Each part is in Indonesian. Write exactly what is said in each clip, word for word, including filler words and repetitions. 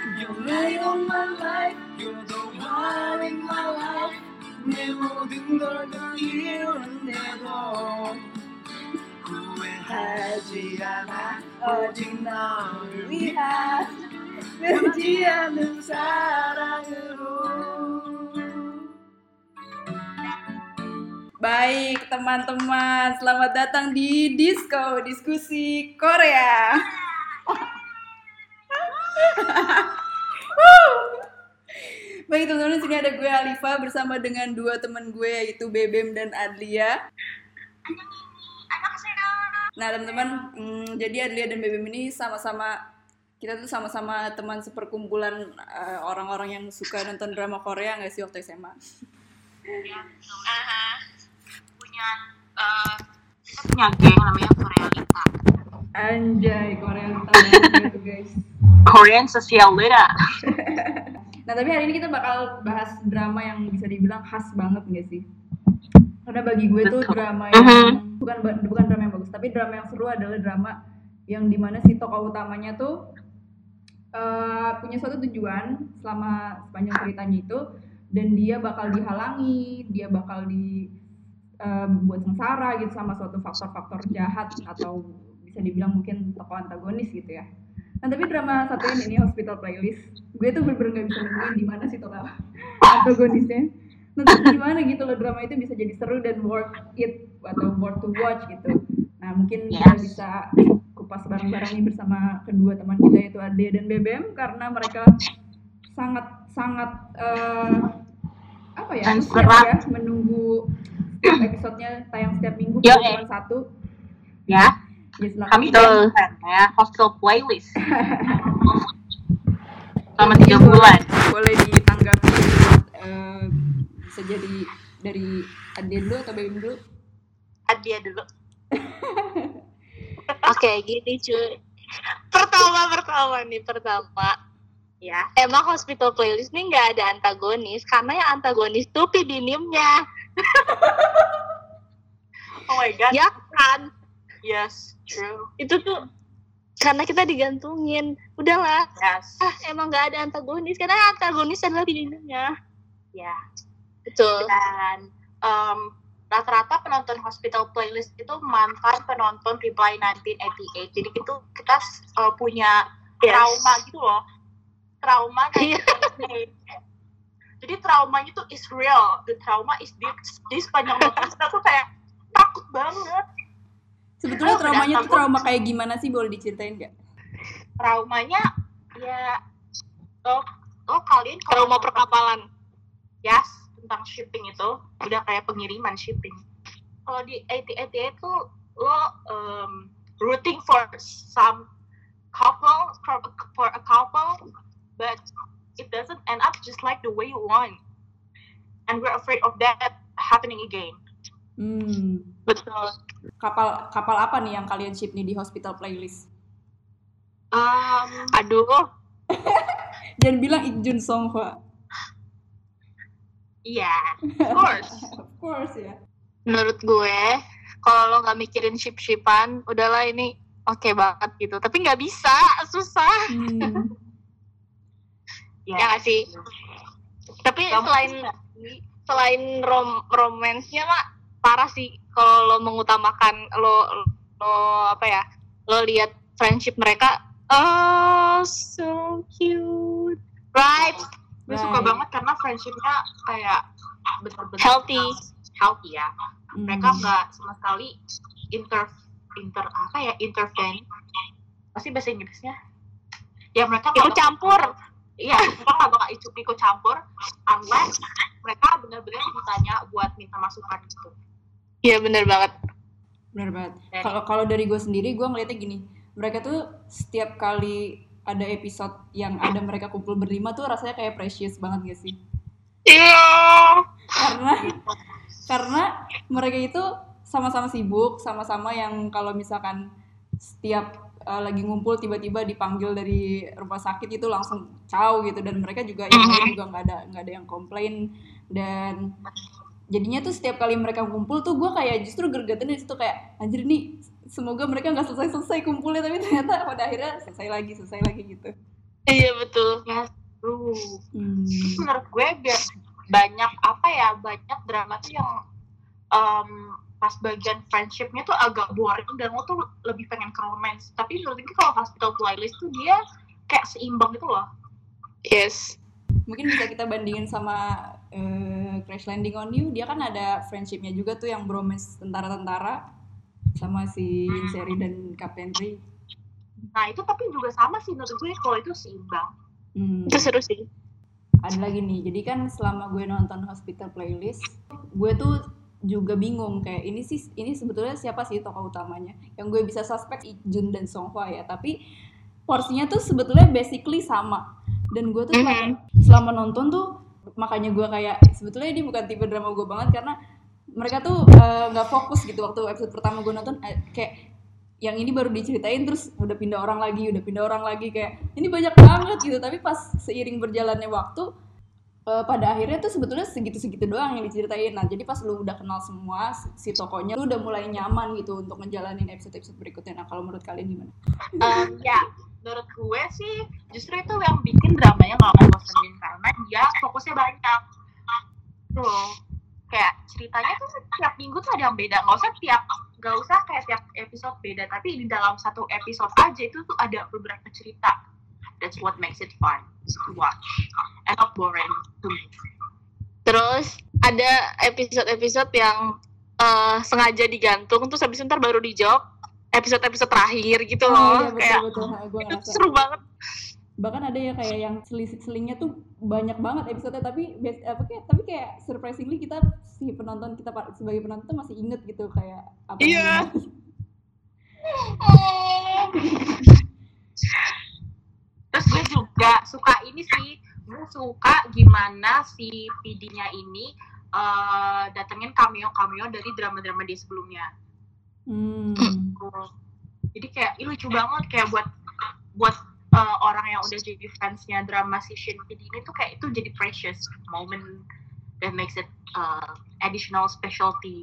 You're light on my life, you're the one in my life. 내 모든 걸 다 잃었네도 후회하지 않아. 오직 너를 위한 변하지 않는 사랑으로. Baik teman-teman, selamat datang di Disko Diskusi Korea. Baik teman-teman, sini ada gue Alifa bersama dengan dua teman gue yaitu Bebem dan Adlia. Nah teman-teman, hmm, jadi Adlia dan Bebem ini sama-sama, kita tuh sama-sama teman seperkumpulan uh, orang-orang yang suka nonton drama Korea nggak sih waktu S M A? Ya, uh, punya uh, kita punya geng namanya Korealita. Anjay, Korealita banget tuh guys. Korean Socialita. Nah tapi hari ini kita bakal bahas drama yang bisa dibilang khas banget nggak sih? Karena bagi gue tuh drama yang uh-huh. bukan bukan drama yang bagus, tapi drama yang seru adalah drama yang dimana si tokoh utamanya tuh uh, punya suatu tujuan selama sepanjang ceritanya itu, dan dia bakal dihalangi, dia bakal di uh, buat sengsara gitu sama suatu faktor-faktor jahat atau bisa dibilang mungkin tokoh antagonis gitu ya. Nah tapi drama satu ini nih, Hospital Playlist, gue tuh bener-bener gak bisa nemuin di mana sih tokoh antagonisnya. Nah terus gimana gitu loh drama itu bisa jadi seru dan worth it atau worth to watch gitu. Nah mungkin yes. kita bisa kupas bareng-bareng nih bersama kedua teman kita yaitu Ade dan Bebem, karena mereka sangat-sangat uh, apa ya, siap ya menunggu setiap episodenya tayang setiap minggu Yo, cuma eh. satu. Ya. Yes, kami tuh ya Hospital Playlist selama tiga bulan. Boleh ditanggapi, uh, bisa jadi dari Adia dulu atau Bebem dulu? Adia dulu. Oke, gini cuy. Pertama pertama nih pertama. Ya, emang Hospital Playlist nih nggak ada antagonis karena yang antagonis tuh pidinimnya. Oh my god. Ya kan? Yes, true. Itu tuh karena kita digantungin. Udahlah. Yes. Ah, emang nggak ada antagonis karena antagonis adalah pidinimnya. Ya. Betul. Dan um, rata-rata penonton Hospital Playlist itu mantan penonton Reply nineteen eighty-eight. Jadi itu kita uh, punya yes. trauma gitu loh. Trauma nineteen eighty-eight. Jadi traumanya tuh is real. The trauma is deep. Di sepanjang nonton kita tuh kayak takut banget. Sebetulnya oh, traumanya tuh trauma kayak gimana sih? Boleh diceritain nggak? Traumanya ya lo, lo kalian trauma perkapalan. Yes, tentang shipping itu udah kayak pengiriman shipping. Kalau di eighty eighty-eight tuh lo um, rooting for some couple for, for a couple, but it doesn't end up just like the way you want, and we're afraid of that happening again. Hmm. Betul. Kapal kapal apa nih yang kalian ship nih di Hospital Playlist? Um, aduh. Jangan bilang Ikjun Songhwa. Iya, yeah, of course. Of course ya. Menurut gue, kalau lo nggak mikirin ship-shipan, udahlah ini oke okay banget gitu. Tapi nggak bisa, susah. Hmm. Ya nggak sih. Tapi Kamu selain bisa. selain rom romansnya mah parah sih. Kalau lo mengutamakan lo lo apa ya? Lo lihat friendship mereka, oh so cute, right? Gue right. suka banget karena friendshipnya kayak benar-benar healthy, healthy ya. Hmm. Mereka nggak sama sekali inter inter apa ya intervene. Pasti bahasa Inggrisnya. Ya mereka ikut campur. Iya, mereka nggak bakal ikut campur unless mereka benar-benar ditanya buat minta masukan gitu. Iya benar banget. Benar banget. Kalau kalau dari gue sendiri, gue ngeliatnya gini, mereka tuh setiap kali ada episode yang ada mereka kumpul berlima tuh rasanya kayak precious banget gak sih? Iya. Karena karena mereka itu sama-sama sibuk, sama-sama yang kalau misalkan setiap uh, lagi ngumpul tiba-tiba dipanggil dari rumah sakit itu langsung caw gitu, dan mereka juga yang lain juga nggak ada nggak ada yang komplain, dan jadinya tuh setiap kali mereka kumpul tuh gue kayak justru gergetan di situ kayak anjir nih semoga mereka nggak selesai-selesai kumpulnya, tapi ternyata pada akhirnya selesai lagi selesai lagi gitu. Iya betul. Ya, tuh. Hmm. Menurut gue biar banyak apa ya banyak drama tuh yang um, pas bagian friendshipnya tuh agak boring dan lo tuh lebih pengen ke romance. Tapi menurut gue kalau Hospital Playlist tuh dia kayak seimbang gitu loh. Yes. Mungkin bisa kita bandingin sama uh, Crash Landing on You. Dia kan ada friendshipnya juga tuh yang bromance tentara-tentara sama si Inseri dan Captain Ri. Nah itu tapi juga sama sih menurut gue kalau itu seimbang. Hmm. Itu seru sih. Ada lagi nih, jadi kan selama gue nonton Hospital Playlist, gue tuh juga bingung kayak ini sih ini sebetulnya siapa sih tokoh utamanya? Yang gue bisa suspek Ik-jun dan Song-hwa ya, tapi porsinya tuh sebetulnya basically sama. Dan gue tuh selama, selama nonton tuh makanya gue kayak sebetulnya ini bukan tipe drama gue banget karena mereka tuh nggak uh, fokus gitu waktu episode pertama gue nonton uh, kayak yang ini baru diceritain terus udah pindah orang lagi, udah pindah orang lagi kayak ini banyak banget gitu. Tapi pas seiring berjalannya waktu uh, pada akhirnya tuh sebetulnya segitu-segitu doang yang diceritain. Nah jadi pas lu udah kenal semua si tokonya, lu udah mulai nyaman gitu untuk ngejalanin episode-episode berikutnya. Nah kalau menurut kalian gimana? Um, ya menurut gue sih justru itu yang bikin dramanya nggak ngebosenin karena dia fokusnya banyak tuh. Kayak ceritanya tuh setiap minggu tuh ada yang beda, nggak usah tiap nggak usah kayak tiap episode beda, tapi di dalam satu episode aja itu tuh ada beberapa cerita. That's what makes it fun to watch and not boring to me. Terus ada episode-episode yang uh, sengaja digantung terus habis ntar baru dijawab episode-episode terakhir gitu oh, loh. Iya, betul, kayak betul. Nah, gua itu seru banget. Bahkan ada ya kayak yang selisih-selingnya tuh banyak banget episode-nya tapi apa kayak tapi kayak surprisingly kita si penonton kita sebagai penonton masih inget gitu kayak apa iya. Terus gue juga suka ini sih, gue suka gimana si P D-nya ini uh, datengin cameo-cameo dari drama-drama dia sebelumnya. Hmm. Jadi kayak ih, lucu banget kayak buat buat uh, orang yang udah jadi fansnya drama si Shin P D ini tuh kayak itu jadi precious moment that makes it uh, additional specialty.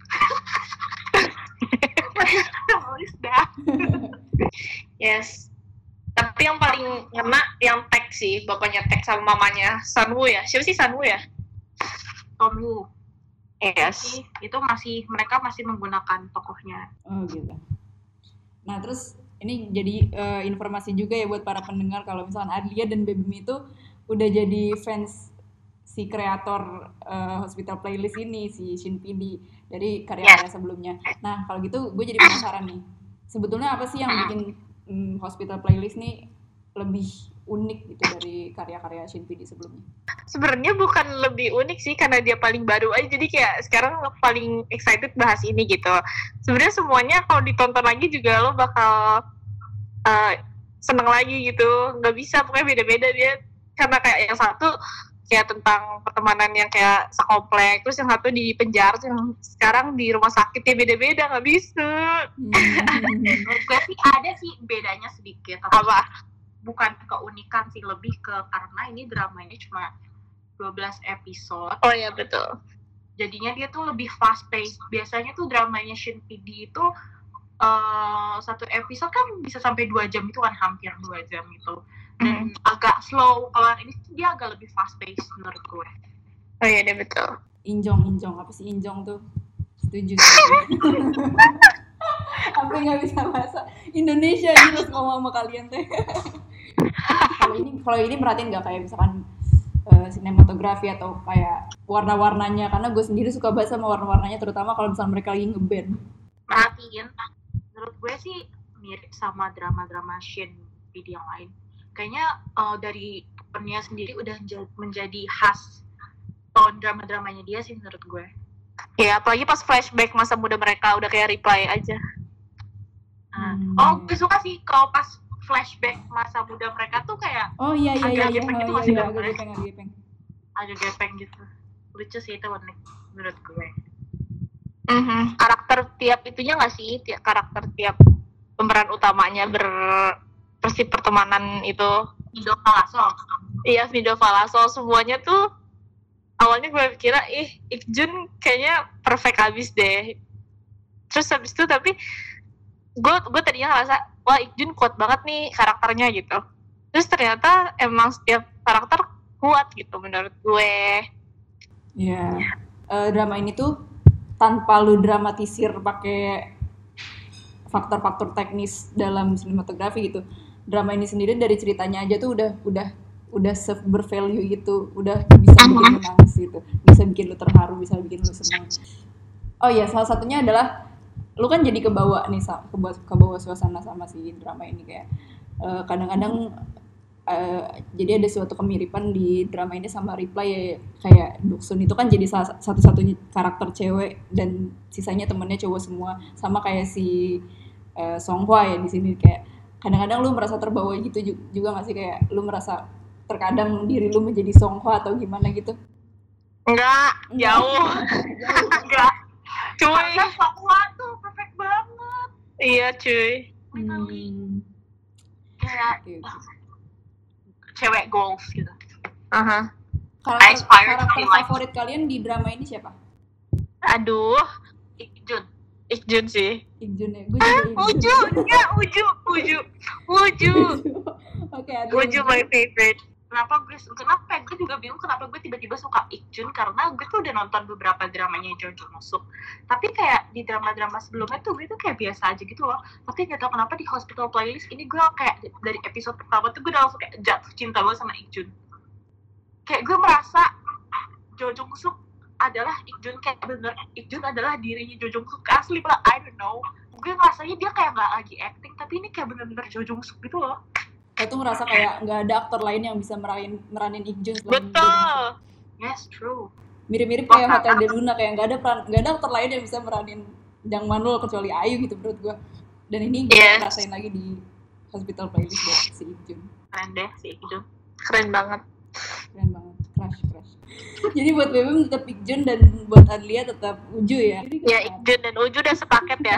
Yes. Tapi yang paling ngena yang Taek sih, bapaknya Taek sama mamanya Sunwoo ya. Siapa sih Sunwoo ya? Sunwoo. Yes. Itu masih mereka masih menggunakan tokohnya. Oh gitu. Nah terus ini jadi uh, informasi juga ya buat para pendengar kalau misalkan Adlia dan Baby itu udah jadi fans si kreator uh, Hospital Playlist ini si Shin P D dari karya-karya yes. sebelumnya. Nah kalau gitu gue jadi penasaran nih. Sebetulnya apa sih yang bikin um, Hospital Playlist nih lebih unik gitu dari karya-karya Shin P D sebelumnya? Sebenarnya bukan lebih unik sih karena dia paling baru aja, jadi kayak sekarang lo paling excited bahas ini gitu. Sebenarnya semuanya kalau ditonton lagi juga lo bakal uh, seneng lagi gitu. Nggak bisa, pokoknya beda-beda dia. Karena kayak yang satu kayak tentang pertemanan yang kayak sekomplek, terus yang satu di penjara, yang sekarang di rumah sakit ya beda-beda, nggak bisa. Menurut gue sih ada sih bedanya sedikit. Apa? Bukan keunikan sih, lebih ke karena ini dramanya cuma dua belas episode. Oh iya betul. Jadinya dia tuh lebih fast paced. Biasanya tuh dramanya Shin P D itu uh, satu episode kan bisa sampai dua jam, itu kan hampir dua jam gitu. Dan mm. agak slow. Kalau ini dia agak lebih fast paced menurut gue. Oh iya dia betul. Injong, injong. Apa sih injong tuh? Setuju. Apa nggak bisa bahasa Indonesia gitu ngomong sama kalian teh. Kalau ini kalau ini merhatiin nggak kayak misalkan uh, sinematografi atau kayak warna-warnanya, karena gue sendiri suka banget sama warna-warnanya, terutama kalau misalnya mereka lagi ngeband. Merhatiin, menurut gue sih mirip sama drama-drama Shin P D yang lain. Kayaknya uh, dari tone-nya sendiri udah menjadi khas tone drama-dramanya dia sih menurut gue. Ya apalagi pas flashback masa muda mereka udah kayak Reply aja. Nah, hmm. Oh gue suka sih kalau pas flashback masa muda mereka tuh kayak oh iya iya agak iya gepeng iya, gitu iya, masih iya, agak gepeng agak gepeng agak gepeng gitu, lucu sih itu unik menurut gue. Mm-hmm. Karakter tiap itunya nggak sih tiap karakter tiap pemeran utamanya berpersip pertemanan itu Mido Falasol. Iya Mido Falasol semuanya tuh awalnya gue kira ih Ik-jun kayaknya perfect abis deh, terus habis itu tapi gue gue tadinya ngerasa wah Ik-jun kuat banget nih karakternya gitu, Terus ternyata emang setiap karakter kuat gitu menurut gue. Iya. Yeah. Uh, drama ini tuh tanpa lu dramatisir pakai faktor-faktor teknis dalam sinematografi gitu. Drama ini sendiri dari ceritanya aja tuh udah udah udah bervalue gitu, udah bisa bikin lu nangis gitu, bisa bikin lu terharu, bisa bikin lu senang. Oh iya, salah satunya adalah lu kan jadi kebawa nih, kebawa, kebawa suasana sama si drama ini kayak uh, kadang-kadang uh, jadi ada suatu kemiripan di drama ini sama Reply ya, kayak Doksun itu kan jadi salah satu-satunya karakter cewek dan sisanya temennya cowok semua, sama kayak si uh, Songhwa ya di sini kayak kadang-kadang lu merasa terbawa gitu juga nggak sih, kayak lu merasa terkadang diri lu menjadi Songhwa atau gimana gitu? Enggak, jauh. Enggak. Cuy, Songhwa tuh perfect banget. Iya, cuy. Hmm. Kayak okay, okay. Cewek goals gitu. Uh-huh. Karakter, karakter favorit like. Kalian di drama ini siapa? Aduh, Ikjun. Ikjun sih. Ikjun ya. Gue juga Ikjun. Uju, ya Uju, Uju, Uju. Oke, okay, Uju my favorite. Kenapa gue, kenapa gue juga bingung kenapa gue tiba-tiba suka Ikjun, karena gue tuh udah nonton beberapa dramanya Jo Jung Suk, tapi kayak di drama-drama sebelumnya tuh gue tuh kayak biasa aja gitu loh, tapi gak tau kenapa di Hospital Playlist ini gue kayak dari episode pertama tuh gue udah langsung kayak jatuh cinta banget sama Ikjun. Kayak gue merasa Jo Jung Suk adalah Ikjun, kayak bener Ikjun adalah dirinya Jo Jung Suk asli, but I don't know, gue ngerasanya dia kayak gak lagi acting, tapi ini kayak bener-bener Jo Jung Suk gitu loh. Aku tuh ngerasa kayak nggak ada aktor lain yang bisa meranin meranin Ikjun. Betul. Yes, true. Mirip-mirip kayak oh, Hotel de Luna, kayak nggak ada peran, nggak ada aktor lain yang bisa meranin Jang Manul kecuali Ayu gitu menurut gue. Dan ini gue yes. rasain lagi di Hospital Playlist buat si Ikjun. Keren deh si Ikjun. Keren banget. Keren banget. Crush, crush. Jadi buat Bebem tetap Ikjun dan buat Adlia tetap Uju ya. Ya, Ikjun dan Uju udah sepaket ya.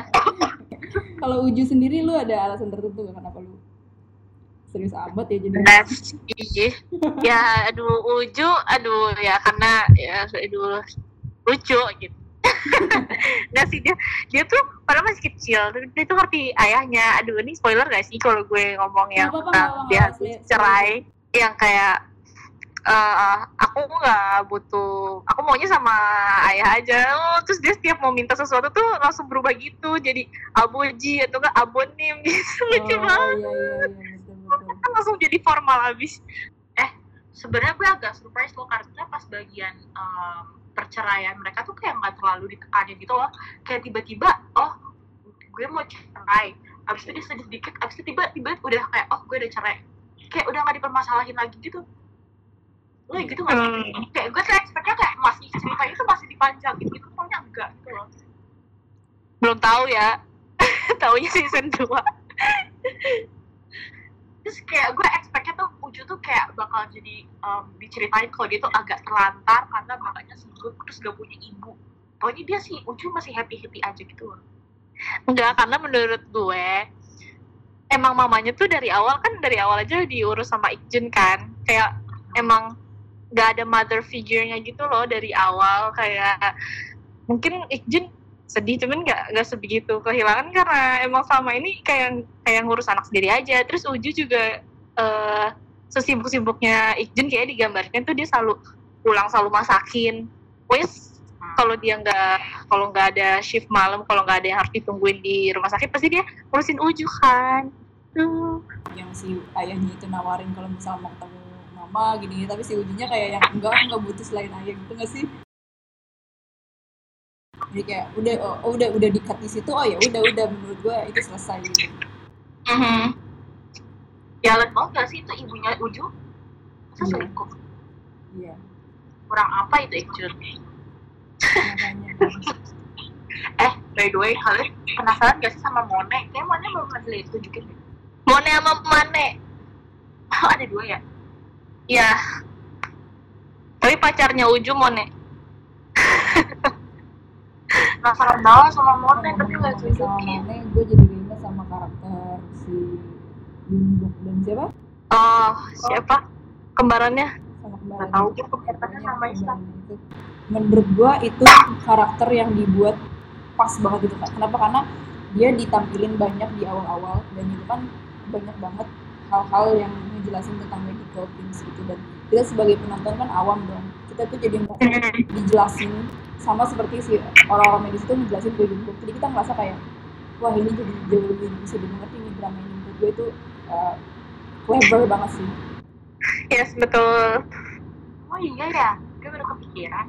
Kalau Uju sendiri lu ada alasan tertentu gak kenapa lu serius amat ya jadi? Iya. Ya aduh Uju, aduh ya karena ya aduh lucu gitu. Nggak sih, dia dia tuh padahal masih kecil, dia tuh ngerti ayahnya. Aduh ini spoiler gak sih kalau gue ngomong yang apa, apa, dia cerai, yang kayak uh, aku nggak butuh, aku maunya sama ayah aja. Oh, terus dia setiap mau minta sesuatu tuh langsung berubah gitu, jadi aboji atau enggak abonim gitu. Oh, lucu banget. Iya, iya, iya. Kan langsung jadi formal abis. Eh sebenarnya gue agak surprise loh, karena pas bagian um, perceraian mereka tuh kayak nggak terlalu ditekanin gitu loh, kayak tiba-tiba oh gue mau cerai, abis itu dia sedih sedikit, abis itu tiba-tiba udah kayak oh gue udah cerai, kayak udah nggak dipermasalahin lagi gitu. Lo gitu nggak sih? Hmm. Kayak gue kayak expect-nya kayak masih cerita itu masih dipanjangin gitu, pokoknya enggak gitu loh. Belum tahu ya. Taunya season dua. Terus kayak gue expect-nya tuh Uju tuh kayak bakal jadi um, diceritain kalau dia tuh agak terlantar karena bapaknya selingkuh terus gak punya ibu. Pokoknya dia sih Uju masih happy-happy aja gitu loh. Enggak, karena menurut gue emang mamanya tuh dari awal kan dari awal aja diurus sama Ikjun kan. Kayak emang gak ada mother figure-nya gitu loh dari awal. Kayak mungkin Ikjun sedih cuman nggak nggak sebegitu kehilangan karena emang sama ini kayak kayak ngurus anak sendiri aja. Terus Uju juga uh, sesibuk-sibuknya Ikjun kayak digambarkan tuh dia selalu pulang selalu masakin. Wes kalau dia nggak kalau nggak ada shift malam, kalau nggak ada yang harus ditungguin di rumah sakit pasti dia ngurusin Uju kan. Tuh. Yang si ayahnya itu nawarin kalau misalnya mau ketemu mama gini, tapi si Ujunya kayak yang enggak nggak butuh selain ayah gitu nggak sih? Jadi kayak udah oh, oh udah udah di-cut di situ, oh ya udah udah menurut gue itu selesai gitu. Mm-hmm. Ya lihat banget gak sih itu ibunya Uju? Masa yeah. selingkuh? Iya. Yeah. Kurang apa itu Ikjun? Eh, by the way, kalian penasaran gak sih sama Mone? Kayaknya Mone belum pernah ditunjukin deh. Mone sama Mane. Oh, ada dua ya? Iya. Tapi pacarnya Uju Mone. Penasaran banget sama Mone, tapi gak tunjukin. Mone, gue jadi ingat sama karakter si Yunbok dan siapa? Oh, siapa? Kembarannya? Sama kembarannya. Gak tau, gue kembarannya sama Islam. Menurut gue itu karakter yang dibuat pas banget gitu kan. Kenapa? Karena dia ditampilin banyak di awal-awal dan itu kan banyak banget hal-hal yang ngejelasin tentang medical things gitu, dan kita sebagai penonton kan awam dong, kita tuh jadi mau dijelasin sama seperti si orang-orang medis itu ngejelasin gue gitu, jadi kita ngerasa kayak wah ini jadi jauh lebih bisa dimengerti nih drama ini. Menurut gue itu uh, clever banget sih. Yes, betul. Oh iya ya, gue baru kepikiran.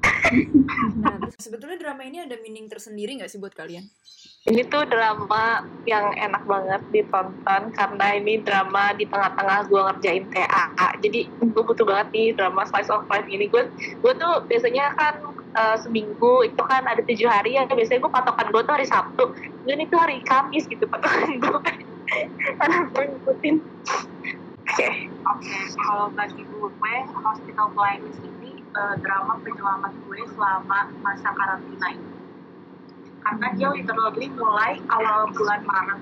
Nah, sebetulnya drama ini ada meaning tersendiri nggak sih buat kalian? Ini tuh drama yang enak banget ditonton karena ini drama di tengah-tengah gue ngerjain T A A. Jadi gue butuh banget nih drama slice of life ini. Gue gue tuh biasanya kan uh, seminggu itu kan ada tujuh hari ya. Biasanya gue patokan gue tuh hari Sabtu. Dan itu hari Kamis gitu patokan gue. Karena gue ngikutin. Oke. Okay. Oke, okay. Kalau bagi gue, Hospital Playlist ini uh, drama penyelamat gue selama masa karantina ini. Karena dia literally mulai awal bulan Maret.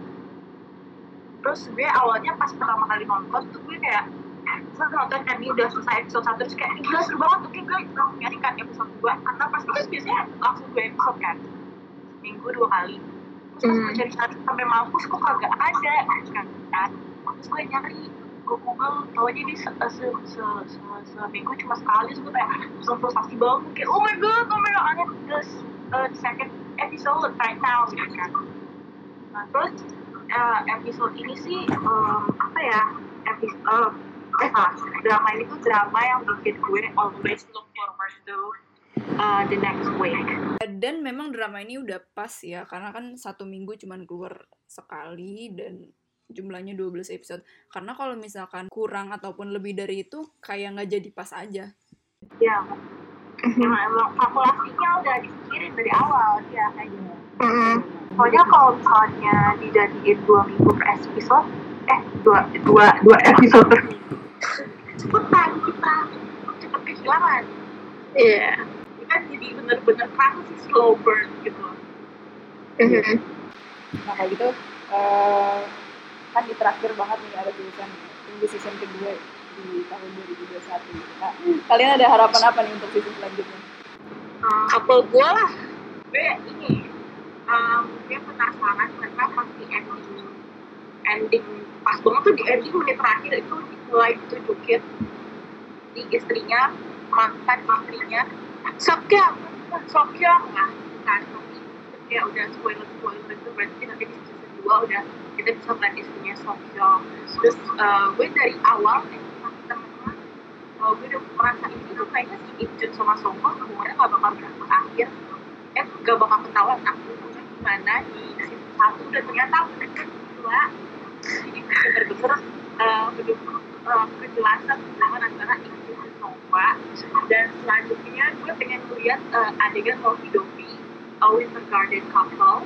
Terus gue awalnya pas pertama kali nonton tuh gue kayak gue nonton kan ini udah selesai episode satu, terus kayak gila seru banget, oke gue langsung nyari kan episode dua. Karena pasti kan biasanya langsung dua episode kan, seminggu dua kali. Terus pas gue cari-cari sampai mampus kok kagak ada kan. Terus gue nyari, gue google, tau aja ini se se se se seminggu cuma sekali. Terus gue kayak langsung frustasi banget, kayak oh my god, oh my god, I need this uh, second episode right now gitu kan. Nah terus uh, episode ini sih um, apa ya, episode uh, eh salah, drama ini tuh drama yang bikin gue always look forward to uh, the next week. Dan memang drama ini udah pas ya, karena kan satu minggu cuman keluar sekali dan jumlahnya dua belas episode. Karena kalau misalkan kurang ataupun lebih dari itu kayak nggak jadi pas aja. Ya. Emang, emang kalkulasinya udah dipikirin dari awal ya kayaknya. Mm-hmm. Soalnya kalau misalnya dijadiin dua minggu per episode, eh dua dua dua episode per minggu, cepetan kita cepet kehilangan. Iya. Yeah. Kan jadi bener-bener kerasa sih slow burn gitu. Mm-hmm. Nah kayak gitu, uh, kan di terakhir banget nih ada tulisan tunggu season kedua di tahun dua ribu dua puluh satu. Nah, kalian ada harapan apa nih untuk season selanjutnya? Uh, apa gue lah, gue ini, um, gue penasaran karena pasti ending, ending pas banget tuh di ending menit terakhir itu mulai ditunjukin di istrinya, mantan istrinya, Sokyang, Sokyang lah, kan? Ya udah spoiler spoiler itu berarti nanti di season dua udah kita bisa melihat istrinya Sokyang. Terus uh, gue dari awal kalau gue udah merasa ini tuh kayaknya si Injun sama Songkong umurnya gak bakal berakhir, eh gak bakal ketahuan akhirnya gimana di season satu, dan ternyata mereka berdua jadi bener-bener uh, bener-bener uh, kejelasan hubungan antara Injun dan Songkong. Dan selanjutnya gue pengen lihat uh, adegan Lofi Dofi a Winter Garden couple.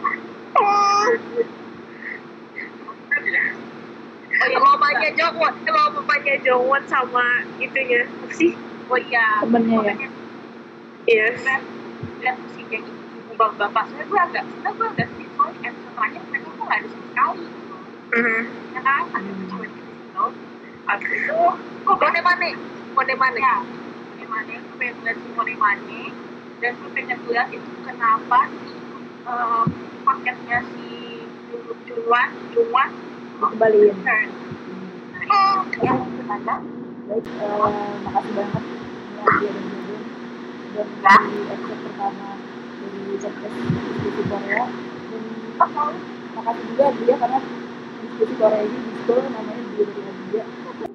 Oh iya, mamanya Jongwon, kalau mamanya Jongwon sama itunya sih, oh iya, temennya ya. Iya. Dan si yang ibu bapak, sebenarnya gue agak, sebenarnya gue agak sedih soalnya episode terakhir mereka tuh nggak ada sama sekali. Mm-hmm. Ya kan, ada cuma di situ. Abis itu, kok Mone Mane, Mone Mane, ya, Mone Mane, gue pengen lihat si Mone Mane, dan gue pengen lihat itu kenapa si uh, paketnya si Junwan, Junwan kembaliin. Oh, ya, bertanda. Baik, uh, makasih banget Nadia dan Jodun dan di episode pertama dari podcast diskusi Korea. Dan oh, makasih juga dia karena diskusi Korea ini disco namanya dia dari Nadia.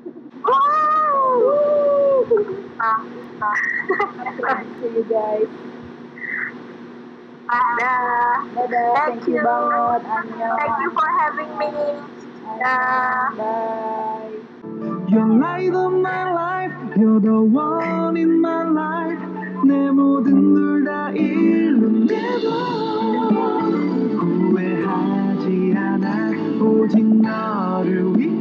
Ah, see you guys. Dadah. Dadah. Thank, Thank you banget Anya. Thank you for having me. Anya. Bye. You're light of my life, you're the one in my life. 내 모든 걸 다 잃는데도 후회하지 않아 오직 너를 위해